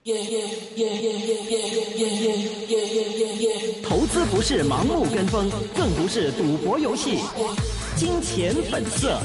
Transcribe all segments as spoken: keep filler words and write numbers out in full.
投资不是盲目跟风，更不是赌博游戏。金钱本色。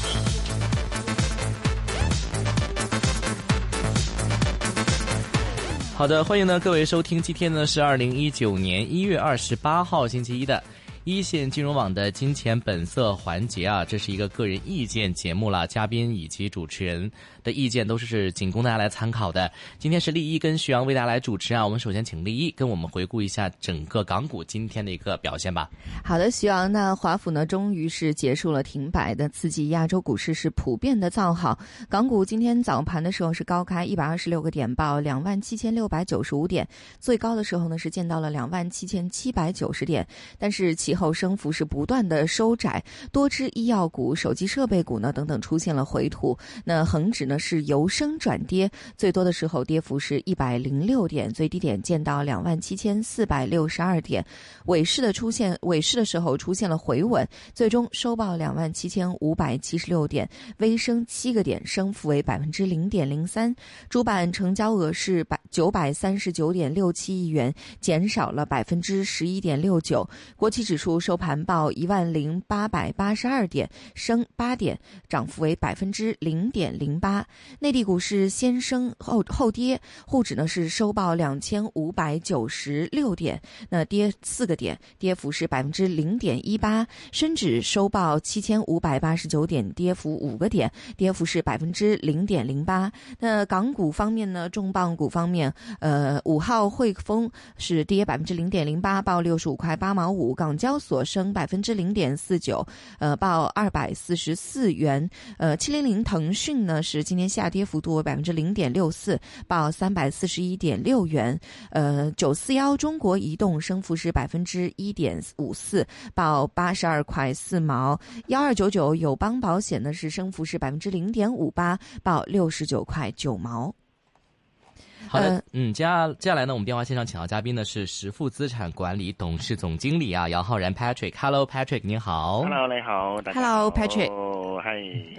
好的，欢迎呢各位收听，今天呢是二零一九年一月二十八号星期一的一线金融网的金钱本色环节啊，这是一个个人意见节目了，嘉宾以及主持人的意见都是仅供大家来参考的。今天是立一跟徐阳为大家来主持啊，我们首先请立一跟我们回顾一下整个港股今天的一个表现吧。 好的，徐阳，那华府呢终于是结束了停摆的刺激，亚洲股市是普遍的造好。港股今天早盘的时候是高开一百二十六个点，报两万七千六百九十五点，最高的时候呢是见到了两万七千七百九十点，但是其后升幅是不断的收窄，多只医药股、手机设备股呢等等出现了回吐。那恒指呢是由升转跌，最多的时候跌幅是一百零六点，最低点见到两万七千四百六十二点。尾市的出现，尾市的时候出现了回稳，最终收报两万七千五百七十六点，微升七个点，升幅为百分之零点零三。主板成交额是九百三十九点六七亿元，减少了百分之十一点六九。国企指数收盘报一万零八百八十二点，升八点，涨幅为百分之零点零八。内地股市先升后后跌，沪指呢是收报两千五百九十六点，那跌四个点，跌幅是百分之零点一八。深指收报七千五百八十九点，跌幅五个点，跌幅是百分之零点零八。那港股方面呢，重磅股方面，呃，五号汇丰是跌百分之零点零八，报六十五块八毛五。港交所升百分之零点四九，呃，报二百四十四元。呃，七零零腾讯呢是今天下跌幅度为百分之零点六四，报三百四十一点六元。呃，九四幺中国移动升幅是百分之一点五四，报八十二块四毛。幺二九九友邦保险呢是升幅是百分之零点五八，报六十九块九毛。 好的，嗯，接下接下来呢，我们电话线上请到嘉宾呢是时富资产管理董事总经理啊，姚浩然 Patrick。Hello Patrick， 你好。 Hello， 你好，大家好。 Hello Patrick。 嗨。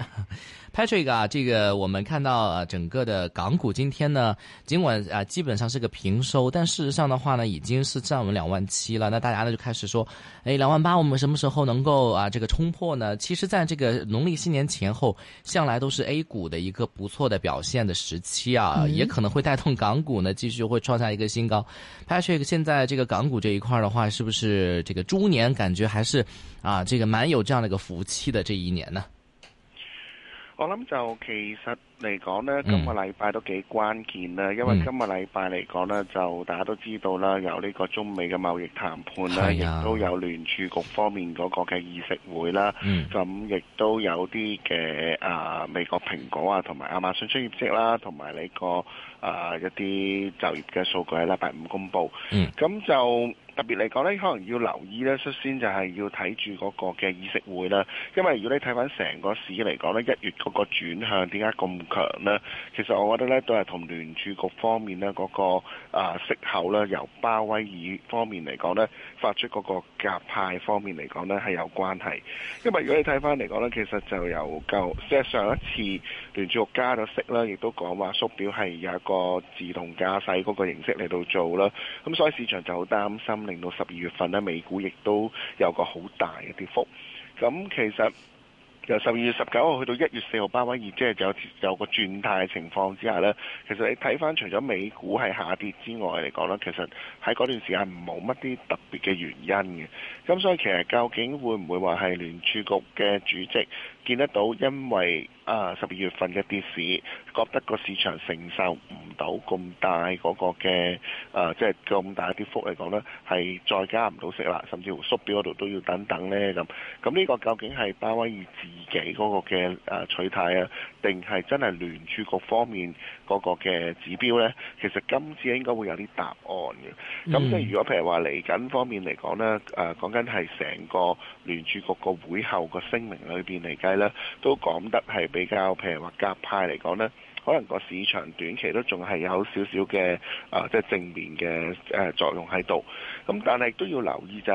Patrick 啊，这个我们看到啊，整个的港股今天呢，尽管啊基本上是个平收，但事实上的话呢，已经是站稳两万七了。那大家呢就开始说，哎，两万八我们什么时候能够啊这个冲破呢？其实，在这个农历新年前后，向来都是 A 股的一个不错的表现的时期啊，嗯、也可能会带动港股呢继续会创下一个新高。Patrick， 现在这个港股这一块的话，是不是这个猪年感覺還是啊這個蠻有這樣的一個福氣的這一年呢？ 我諗就其實嚟講呢，今個禮拜都幾關鍵啦，因為今個禮拜嚟講呢，就大家都知道啦，有呢個中美嘅貿易談判啦，亦、啊、都有聯儲局方面嗰個嘅議息會啦，咁亦、嗯、都有啲嘅啊美國蘋果啊同埋亞馬遜出業績啦，同埋呢個啊一啲就業嘅數據喺禮拜五公佈，咁、嗯、就。特別嚟講咧，可能要留意咧，率先就係要睇住嗰個嘅議息會啦。因為如果你睇翻成個市嚟講咧，一月嗰個轉向點解咁強呢？其實我覺得咧都係同聯儲局方面咧嗰個啊息口咧由鮑威爾方面嚟講咧發出嗰個鴿派方面嚟講咧係有關係。因為如果你睇翻嚟講咧，其實就由舊即係上一次聯儲局加咗息啦，亦都講話縮表係有一個自動駕駛嗰個形式嚟到做啦。咁所以市場就好擔心。令到十二月份咧，美股亦都有個好大嘅跌幅。咁其實由十二月十九號去到一月四號，鮑威爾即係有有個轉態嘅情況之下呢，其實你睇翻除咗美股係下跌之外嚟講呢，其實喺嗰段時間冇乜啲特別嘅原因嘅。咁所以其實究竟會唔會話係聯儲局嘅主席見得到，因為啊十二月份嘅跌市，覺得個市場承受唔到咁大嗰個嘅啊，即係咁大嘅跌幅嚟講呢，係再加唔到息啦，甚至乎縮表嗰度都要等等呢。咁咁呢個究竟係鮑威爾自己嗰個嘅啊取態啊，定係真係聯儲局方面嗰個嘅指標呢？其實今次應該會有啲答案嘅。咁即係如果譬如話嚟緊方面嚟講呢，誒講緊係成個聯儲局個會後個聲明裏邊嚟計呢，都講得係比較譬如話鴿派嚟講呢，可能個市場短期都仲係有少少嘅啊，即係正面嘅誒作用喺度。咁但係都要留意就係話，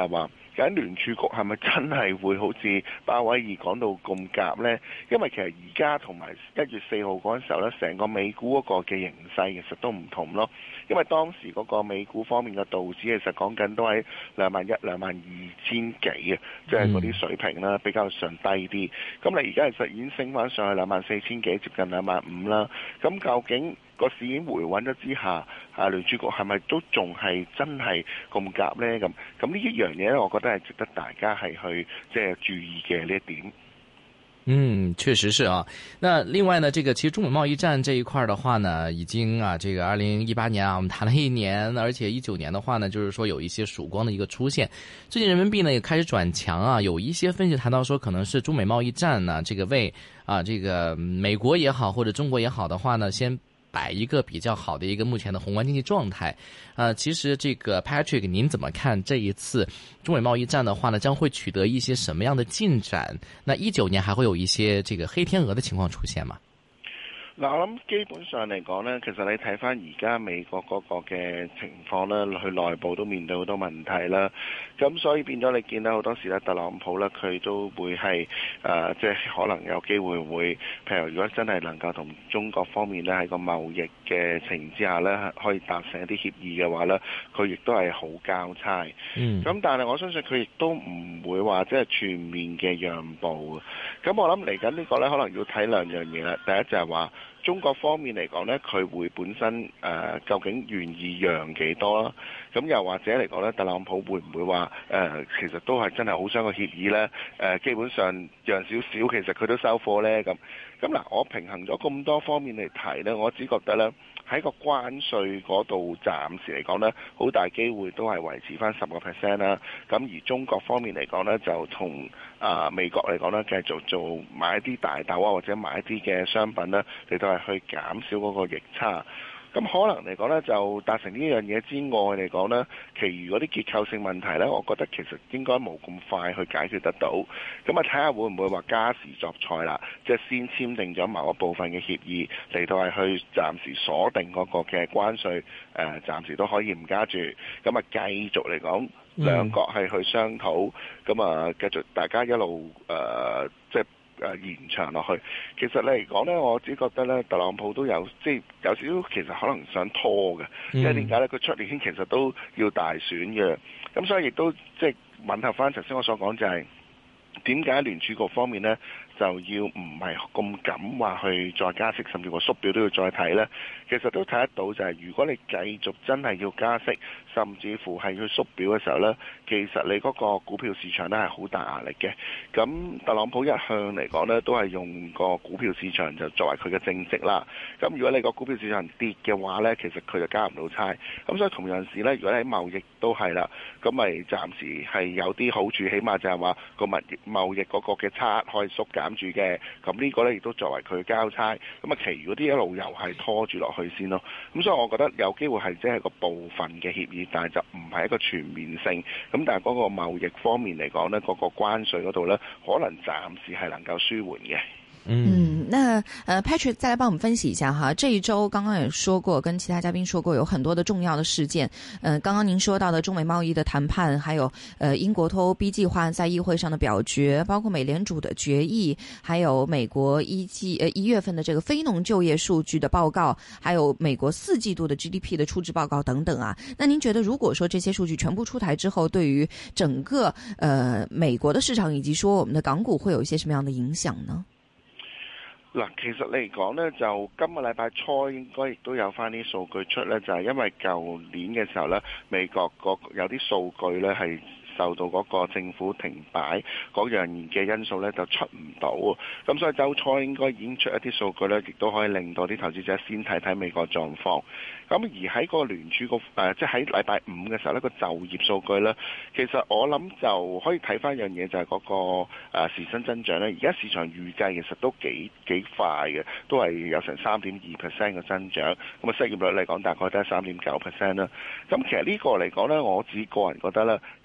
究竟聯儲局係咪真係會好似鮑威爾講到咁鴿呢？因為其實而家同埋一月四號嗰陣時候呢，成個美股嗰個嘅形勢其實都唔同咯。因為當時嗰個美股方面嘅道指其實講緊都喺兩萬一、兩萬二千幾啊，即係嗰啲水平啦，比較上低啲。咁你而家其實已經升翻上去兩萬四千幾，接近兩萬五啦。咁究竟個市已經回穩咗之下，啊聯儲局係咪都仲係真係咁鴿呢？咁咁呢一樣嘢咧，我覺得係值得大家係去即係注意嘅呢一點。 嗯，確實是啊。那另外呢，這個其實中美貿易戰這一塊的話呢，已經啊，這個二零一八年啊，我們談了一年，而且一九年的話呢，就是說有一些曙光的一個出現。最近人民幣呢也開始轉強啊，有一些分析談到說，可能是中美貿易戰呢，這個為啊，這個美國也好或者中國也好的話呢，先擺一個比較好的一個目前的宏觀經濟狀態，呃，其實這個 Patrick， 您怎麼看這一次中美貿易戰的話呢，將會取得一些什麼樣的進展？那一九年還會有一些這個黑天鵝的情況出現嗎？ 嗱，我諗基本上嚟講呢，其實你睇翻而家美國嗰個嘅情況呢，佢內部都面對好多問題啦。咁所以變咗你見到好多時咧，特朗普呢，佢都會係誒，即、呃、係、就是、可能有機會會，譬如如果真係能夠同中國方面呢喺個貿易嘅情形之下呢，可以達成一啲協議嘅話呢，佢亦都係好交差。嗯。咁但係我相信佢亦都唔會話即係全面嘅讓步。咁我諗嚟緊呢個呢，可能要睇兩樣嘢啦。第一就係話，中國方面嚟講呢，佢會本身誒、呃、究竟願意讓幾多啦？咁又或者嚟講呢，特朗普會唔會話誒、呃、其實都係真係好想個協議呢？誒、呃、基本上讓少少，其實佢都收貨呢。咁咁嗱，我平衡咗咁多方面嚟睇呢，我只覺得呢，喺個關稅嗰度暫時嚟講呢，好大機會都係維持翻十個 percent 啦。咁而中國方面嚟講呢，就同啊、呃、美國嚟講呢，繼續做買一啲大豆啊，或者買一啲嘅商品呢，嚟到係去減少嗰個逆差。咁可能嚟講呢，就達成呢樣嘢之外嚟講呢，其餘嗰啲結構性問題呢，我覺得其實應該冇咁快去解決得到。咁啊，睇下會唔會話加時作賽啦，即係先簽訂咗某一部分嘅協議，嚟到係去暫時鎖定嗰個嘅關稅，誒、呃、暫時都可以唔加住。咁啊，繼續嚟講，兩國係去商討，咁啊繼續大家一路誒、呃、即係。誒延長落去，其實你嚟講呢，我只覺得呢，特朗普都有即係有少少其實可能想拖嘅，因為點解呢？佢出年其實都要大選嘅，咁所以亦都即係吻合翻頭先我所講，就係點解聯儲局方面呢，就要唔係咁敢話去再加息，甚至個縮表都要再睇呢。其實都睇得到就係，如果你繼續真係要加息，甚至乎係要縮表嘅時候呢，其實你嗰個股票市場呢係好大壓力嘅。咁特朗普一向嚟講呢，都係用個股票市場就作為佢嘅政績啦。咁如果你個股票市場跌嘅話呢，其實佢就加唔到差。咁所以同樣時呢，如果喺貿易都係啦，咁咪暫時係有啲好處，起碼就係話個貿易貿易嗰個嘅差可以縮減住嘅。咁呢個呢，亦都作為佢交差。咁啊，其餘嗰啲一路又係拖住落去先咯。咁所以我覺得有機會係即係個部分嘅協議，但係就唔係一個全面性。咁但係嗰個貿易方面嚟講呢，嗰個關稅嗰度呢，可能暫時係能夠舒緩嘅。 嗯，那呃 Patrick 再來幫我們分析一下哈，這一周剛剛也說過，跟其他嘉賓說過，有很多的重要的事件。呃，剛剛您說到的中美貿易的談判，還有呃英國脫歐 B 計劃在議會上的表決，包括美聯儲的決議，還有美國一季呃一月份的這個非農就業數據的報告，還有美國四季度的 G D P 的初值報告等等啊。那您覺得如果說這些數據全部出台之後，對於整個呃美國的市場以及說我們的港股會有一些什麼樣的影響呢？ 嗱，其實嚟講呢，就今個禮拜初應該亦都有翻啲數據出呢，就係因為舊年嘅時候呢，美國個有啲數據呢係受到嗰個政府停擺嗰樣嘅因素呢，就出唔到，咁所以週初應該已經出一啲數據呢，亦都可以令到啲投資者先睇睇美國狀況。咁而喺個聯儲局誒，即係喺禮拜五嘅時候呢，個就業數據呢，其實我諗就可以睇翻一樣嘢，就係嗰個誒時薪增長呢。而家市場預計其實都幾幾快嘅，都係有成三點二 percent 嘅增長。咁啊，失業率嚟講大概都係三點九 percent 啦。咁其實呢個嚟講呢，我自己個人覺得呢，其實通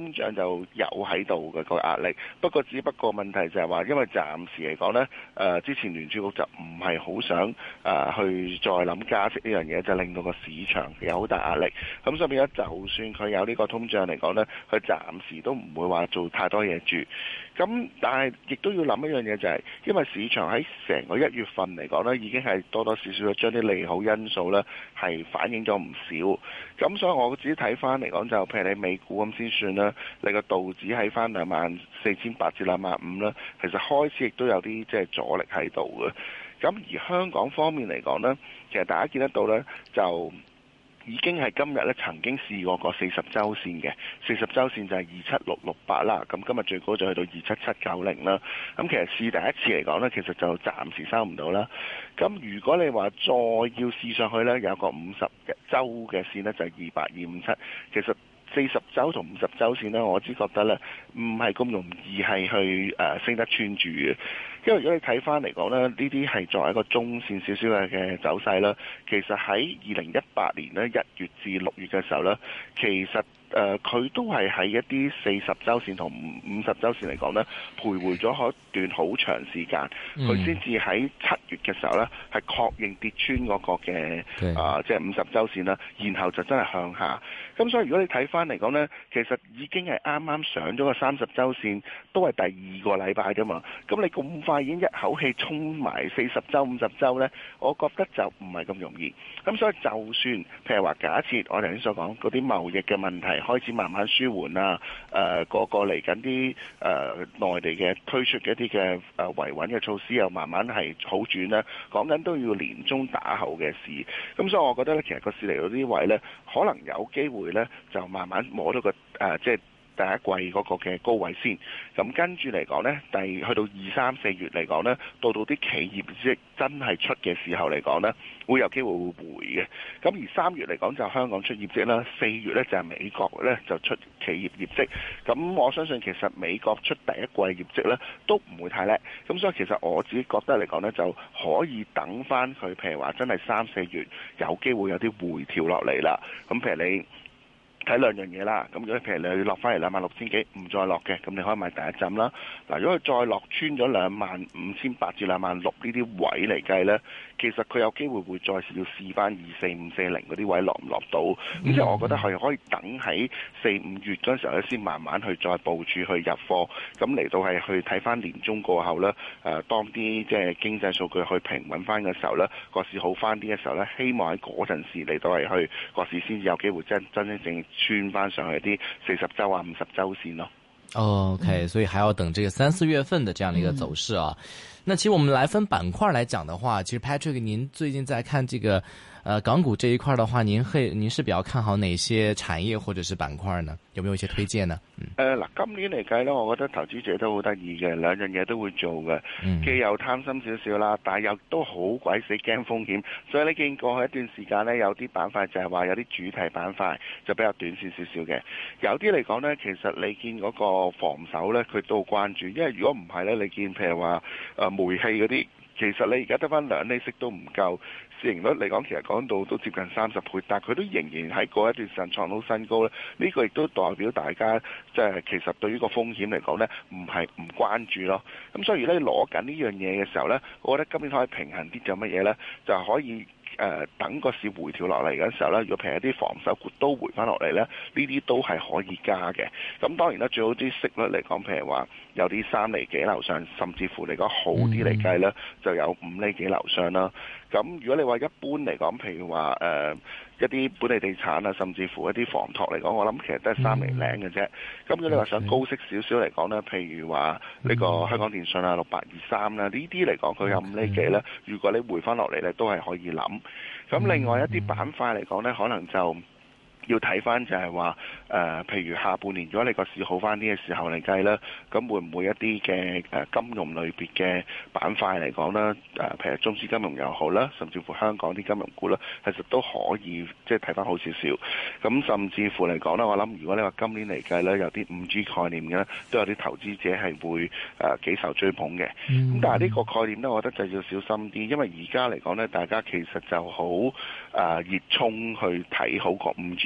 通脹就有喺度嘅個壓力，不過只不過問題就係話，因為暫時嚟講呢，誒、呃、之前聯儲局就唔係好想誒、呃、去再諗加息呢樣嘢，就令到個市場有好大壓力。咁所以變咗，就算佢有呢個通脹嚟講呢，佢暫時都唔會話做太多嘢住。咁但係亦都要諗一樣嘢，就係因為市場喺成個一月份嚟講呢，已經係多多少少將啲利好因素呢係反映咗唔少。咁所以我自己睇翻嚟講，就譬如你美股咁先算啦，你個道指喺翻兩萬四千八至兩萬五啦，其實開始亦都有啲即係阻力喺度嘅。咁而香港方面嚟講呢，其實大家見得到呢，就已經係今日咧曾經試過個四十週線嘅，四十週線就係二七六六八啦。咁今日最高就去到二七七九零啦。咁其實試第一次嚟講呢，其實就暫時收唔到啦。咁如果你話再要試上去呢，有個五十週嘅線呢，就係二八二五七。其實四十週同五十週線呢，我只覺得呢唔係咁容易係去誒、呃、升得穿住嘅。因為如果你睇翻嚟講咧，呢啲係作為一個中線少少嘅嘅走勢啦。其實喺二零一八年呢，一月至六月嘅時候呢，其實誒佢、呃、都係喺一啲四十週線同五十週線嚟講呢，徘徊咗一段好長時間，佢先至喺七月嘅時候呢，係確認跌穿嗰個嘅啊，即係五十週線啦，然後就真係向下。咁所以如果你睇翻嚟講呢，其實已經係啱啱上咗個三十週線，都係第二個禮拜㗎嘛。咁你咁快已經一口氣衝埋四十週、五十週呢，我覺得就唔係咁容易。咁所以就算譬如話假設我頭先所講嗰啲貿易嘅問題開始慢慢舒緩啊，誒、呃、個個嚟緊啲誒內地嘅推出嘅一啲嘅誒維穩嘅措施又慢慢係好轉啦，講緊都要年中打後嘅事。咁所以我覺得呢，其實個市嚟到呢啲位呢，可能有機會呢，就慢慢摸到個誒、呃、即係第一季嗰個嘅高位先，咁跟住嚟講呢，第去到二三四月嚟講呢，到到啲企業業績真係出嘅時候嚟講呢，會有機會會回嘅。咁而三月嚟講就香港出業績啦，四月呢就係美國呢就出企業業績。咁我相信其實美國出第一季業績呢都唔會太叻。咁所以其實我自己覺得嚟講呢，就可以等翻佢，譬如話真係三四月有機會有啲回調落嚟啦。咁譬如你睇兩樣嘢啦，咁如果譬如你落翻嚟兩萬六千幾，唔再落嘅，咁你可以買第一針啦。嗱，如果佢再落穿咗兩萬五千八至兩萬六呢啲位嚟計呢，其實佢有機會會再要試翻二四五四零嗰啲位落唔落到。咁即係我覺得係可以等喺四五月嗰陣時候咧，先慢慢去再部署去入貨。咁嚟到係去睇翻年中過後呢，誒當啲即係經濟數據去平穩翻嘅時候呢，個市好翻啲嘅時候呢，希望喺嗰陣時嚟到係去個市先至有機會真真真正穿翻上去啲四十週啊、五十週線咯。 OK，所以還要等這個三四月份的這樣的一個走勢啊。嗯、那其實我們來分板塊來講的話，其實 Patrick 您最近在看這個呃港股這一塊的話，您會您是比較看好哪些產業或者是板塊呢？有沒有一些推薦呢？嗯，誒嗱、 呃，今年嚟計呢，我覺得投資者都好得意嘅，兩樣嘢都會做嘅， 嗯、 既有貪心少少啦，但係又都好鬼死驚風險，所以你見過去一段時間呢，有啲板塊就係話有啲主題板塊就比較短線少少嘅，有啲嚟講呢，其實你見嗰個防守呢，佢都好關注，因為如果唔係呢，你見譬如話誒煤氣嗰啲，其實你而家得翻兩厘息都唔夠。市盈率嚟講，其實講到都接近三十倍，但係佢都仍然喺嗰一段時間創到新高咧。呢、這個亦都代表大家即係、就是、其實對於個風險嚟講呢，唔係唔關注咯。咁所以咧攞緊呢樣嘢嘅時候呢，我覺得今年可以平衡啲，就乜嘢呢？就可以。誒、呃、等個市回調落嚟嘅時候呢，如果譬如一啲防守股都回翻落嚟呢，呢啲都係可以加嘅。咁當然啦，最好啲息率嚟講，譬如話有啲三厘幾樓上，甚至乎嚟講好啲嚟計呢，就有五厘幾樓上啦。咁如果你話一般嚟講，譬如話誒、呃、一啲本地地產啊，甚至乎一啲房託嚟講，我諗其實都係三厘零嘅啫。咁、嗯、如果你話想高息少少嚟講呢，譬如話呢個香港電訊啊，六八二三啦，呢啲嚟講佢有五厘幾呢，如果你回翻落嚟呢，都係可以諗。咁另外一啲板塊嚟講呢，可能就要睇翻就係話誒，譬如下半年如果你個市好翻啲嘅時候嚟計啦，咁會唔會一啲嘅誒金融類別嘅板塊嚟講啦？誒，譬如中資金融又好啦，甚至乎香港啲金融股啦，其實都可以即係睇翻好少少。咁甚至乎嚟講啦，我諗如果你話今年嚟計咧，有啲五 G 概念嘅，都有啲投資者係會誒幾受追捧嘅。咁、嗯、但係呢個概念呢，我覺得就要小心啲，因為而家嚟講呢，大家其實就好誒熱衷去睇好個五 G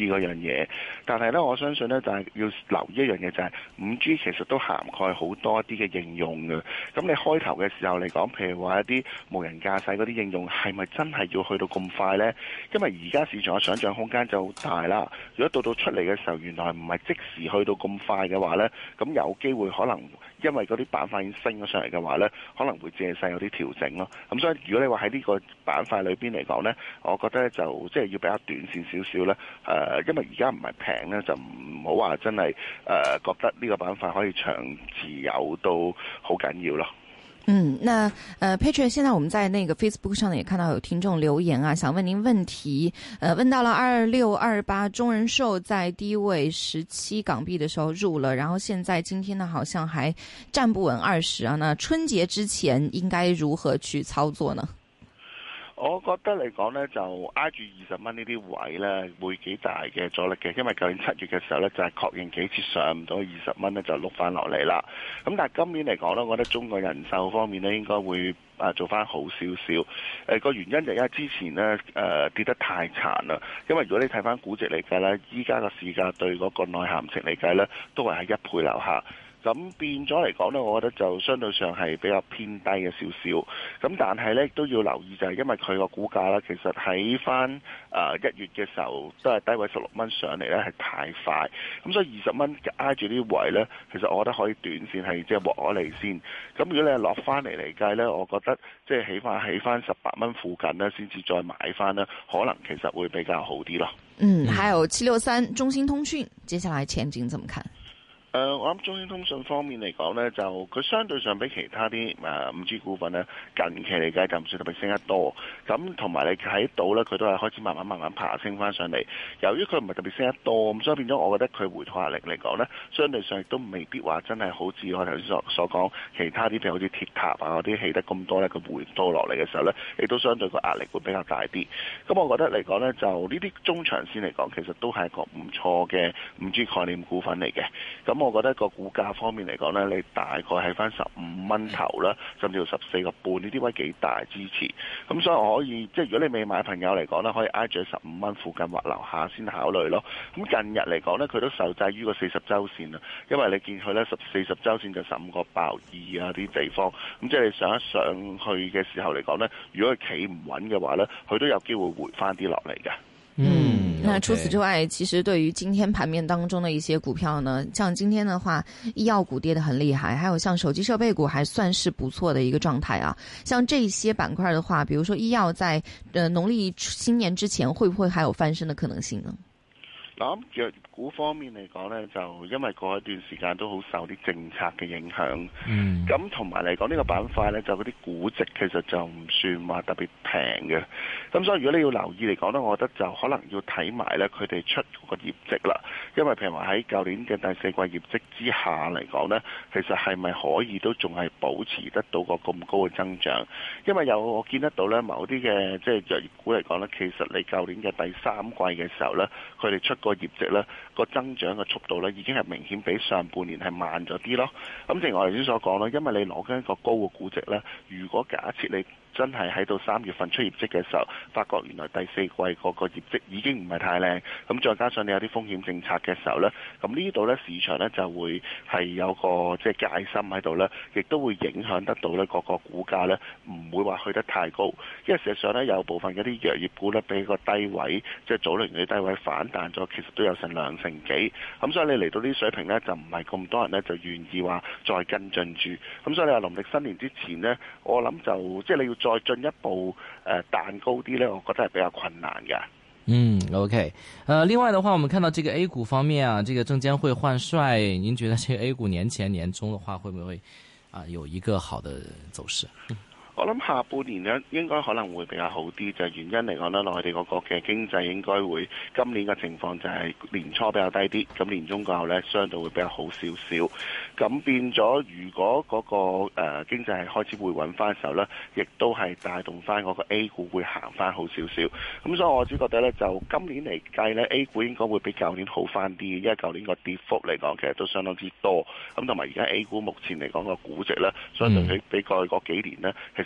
G 嗰樣嘢。但係咧，我相信咧就係、是、要留意一樣嘢，就係五 G 其實都涵蓋好多一啲嘅應用嘅。咁你開頭嘅時候嚟講，譬如話一啲無人駕駛嗰啲應用，係咪真係要去到咁快呢？因為而家市場嘅想像空間就好大啦。如果到到出嚟嘅時候，原來唔係即時去到咁快嘅話呢，咁有機會可能因為嗰啲板塊已經升咗上嚟嘅話呢，可能會借勢有啲調整咯。咁所以如果你話喺呢個板塊裏邊嚟講呢，我覺得就即係要比較短線少少咧。誒、呃，因為而家唔係平呢，就唔好話真係誒、呃、覺得呢個板塊可以長持有到好緊要咯。 嗯，那呃 Patrick 現在我們在那個 Facebook 上呢也看到有聽眾留言啊，想問您問題，呃，問到了二六二八中人壽在低位十七港幣的時候入了，然後現在今天呢好像還站不穩二十啊，那春節之前應該如何去操作呢？ 我覺得嚟講呢，就挨住二十蚊呢啲位呢，會幾大嘅阻力嘅，因為舊年七月嘅時候呢，就係、是、確認幾次上唔到二十蚊呢，就碌翻落嚟啦。咁但係今年嚟講呢，我覺得中國人壽方面呢，應該會啊做翻好少少。誒、呃、個原因就因為之前呢誒、呃、跌得太殘啦，因為如果你睇翻估值嚟計呢，依家個市價對嗰個內涵值嚟計呢，都係喺一倍樓下。咁變咗嚟講呢，我覺得就相對上係比較偏低嘅少少。咁但係呢都要留意就係因為佢個股價呢，其實喺翻誒一月嘅時候都係低位十六蚊上嚟呢係太快。咁所以二十蚊挨住呢位呢，其實我覺得可以短線係即係獲我嚟先。咁如果你係落翻嚟嚟計呢，我覺得即係起碼起翻十八蚊附近呢，先至再買翻呢，可能其實會比較好啲咯。 嗯，還有七六三中興通訊，接下來前景怎麼看？ 誒、呃，我諗中興通訊方面嚟講呢，就佢相對上比其他啲誒五 G 股份呢，近期嚟計就唔算特別升得多。咁同埋你睇到呢，佢都係開始慢慢慢慢爬升翻上嚟。由於佢唔係特別升得多，咁所以變咗，我覺得佢回吐壓力嚟講呢，相對上亦都未必話真係好似我頭先所所講，其他啲譬如好似鐵塔啊嗰啲起得咁多呢，佢回吐落嚟嘅時候呢，亦都相對個壓力會比較大啲。咁我覺得嚟講呢，就呢啲中長線嚟講，其實都係一個唔錯嘅五 G 概念股份嚟嘅。咁我覺得個股價方面嚟講呢，你大概係翻十五蚊頭啦，甚至到十四個半呢啲位幾大支持。咁所以我可以即係如果你未買朋友嚟講呢，可以挨住十五蚊附近或樓下先考慮咯。咁近日嚟講呢，佢都受制於個四十週線啦，因為你見佢呢十四十週線就十五個爆二啊啲地方。咁即係你上一上去嘅時候嚟講呢，如果佢企唔穩嘅話呢，佢都有機會回翻啲落嚟嘅。 嗯，那除此之外，其實對於今天盤面當中的一些股票呢，像今天的話，醫藥股跌得很厲害，還有像手機設備股還算是不錯的一個狀態啊。像這些板塊的話，比如說醫藥在呃農曆新年之前，會不會還有翻身的可能性呢？ 嗱，藥股方面嚟講呢，就因為過一段時間都好受啲政策嘅影響，咁同埋嚟講呢個板塊呢，就嗰啲估值其實就唔算話特別平嘅，咁所以如果你要留意嚟講呢，我覺得就可能要睇埋呢佢哋出個業績啦，因為譬如話喺舊年嘅第四季業績之下嚟講呢，其實係咪可以都仲係保持得到個咁高嘅增長？因為有我見得到呢某啲嘅即係藥業股嚟講呢，其實你舊年嘅第三季嘅時候呢，佢哋出個業績咧，個增長嘅速度咧，已經係明顯比上半年係慢咗啲咯。咁正如我頭先所講啦，因為你攞緊一個高嘅估值咧，如果假設你真係喺到三月份出業績嘅時候，發覺原來第四季嗰個業績已經唔係太靚，咁再加上你有啲風險政策嘅時候呢，咁呢度呢市場呢就會係有個即係戒心喺度呢，亦都會影響得到呢個個股價呢唔會話去得太高，因為事實上呢，有部分嗰啲藥業股呢，比個低位即係早輪嗰啲低位反彈咗，其實都有成兩成幾，咁所以你嚟到呢啲水平呢，就唔係咁多人呢就願意話再跟進住，咁所以你話農曆新年之前呢，我諗就即係你要再進一步誒彈高啲呢，我覺得係比較困難嘅。 嗯 ，OK， 呃，另外的話，我們看到這個 A 股方面啊，這個證監會換帥，您覺得這個 A 股年前年中的話，會不會啊有一個好的走勢？嗯我諗下半年呢應該可能會比較好啲，就係、是、原因嚟講呢，內地嗰個嘅經濟應該會今年嘅情況就係年初比較低啲，咁年中過後呢相對會比較好少少。咁變咗，如果嗰、那個誒、呃、經濟係開始回穩翻嘅時候呢，亦都係帶動翻嗰個 A 股會行翻好少少。咁所以我只覺得呢，就今年嚟計呢 A 股應該會比舊年好翻啲，因為舊年個跌幅嚟講其實都相當之多。咁同埋而家 A 股目前嚟講個估值呢，相對比比過去嗰幾年呢，其實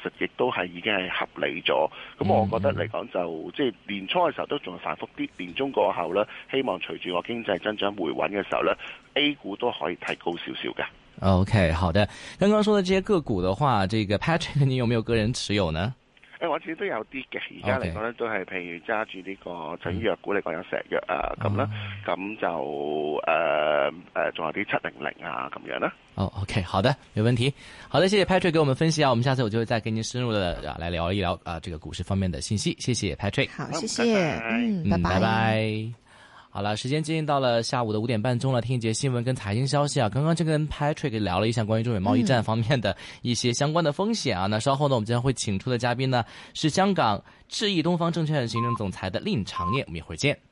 實亦都係已經係合理咗。咁我覺得嚟講就即係年初嘅時候都仲係反覆啲，年中過後呢，希望隨住個經濟增長回穩嘅時候呢 A 股都可以提高少少嘅。 OK， 好的。剛剛說的這些個股的話，這個 Patrick 你有沒有個人持有呢？ 誒，我自己都有啲嘅，而家嚟講咧都係譬如揸住呢個就醫藥股嚟講有石藥啊咁啦，咁就誒誒仲有啲七零零啊咁樣啦。 哦 ，OK， 好的，沒問題。好的，謝謝 Patrick 給我們分析啊，我們下次有機會再跟您深入的來聊一聊啊，這個股市方面的信息。謝謝 Patrick。 好，謝謝，嗯，拜拜。 拜拜。好了，時間接近到了下午的五點半鐘了，聽一節新聞跟財經消息啊。剛剛就跟 Patrick 聊了一下關於中美貿易戰方面的一些相關的風險啊。嗯、那稍後呢，我們將會請出的嘉賓呢是香港智易東方證券行政總裁的藺長念，我們一會兒見。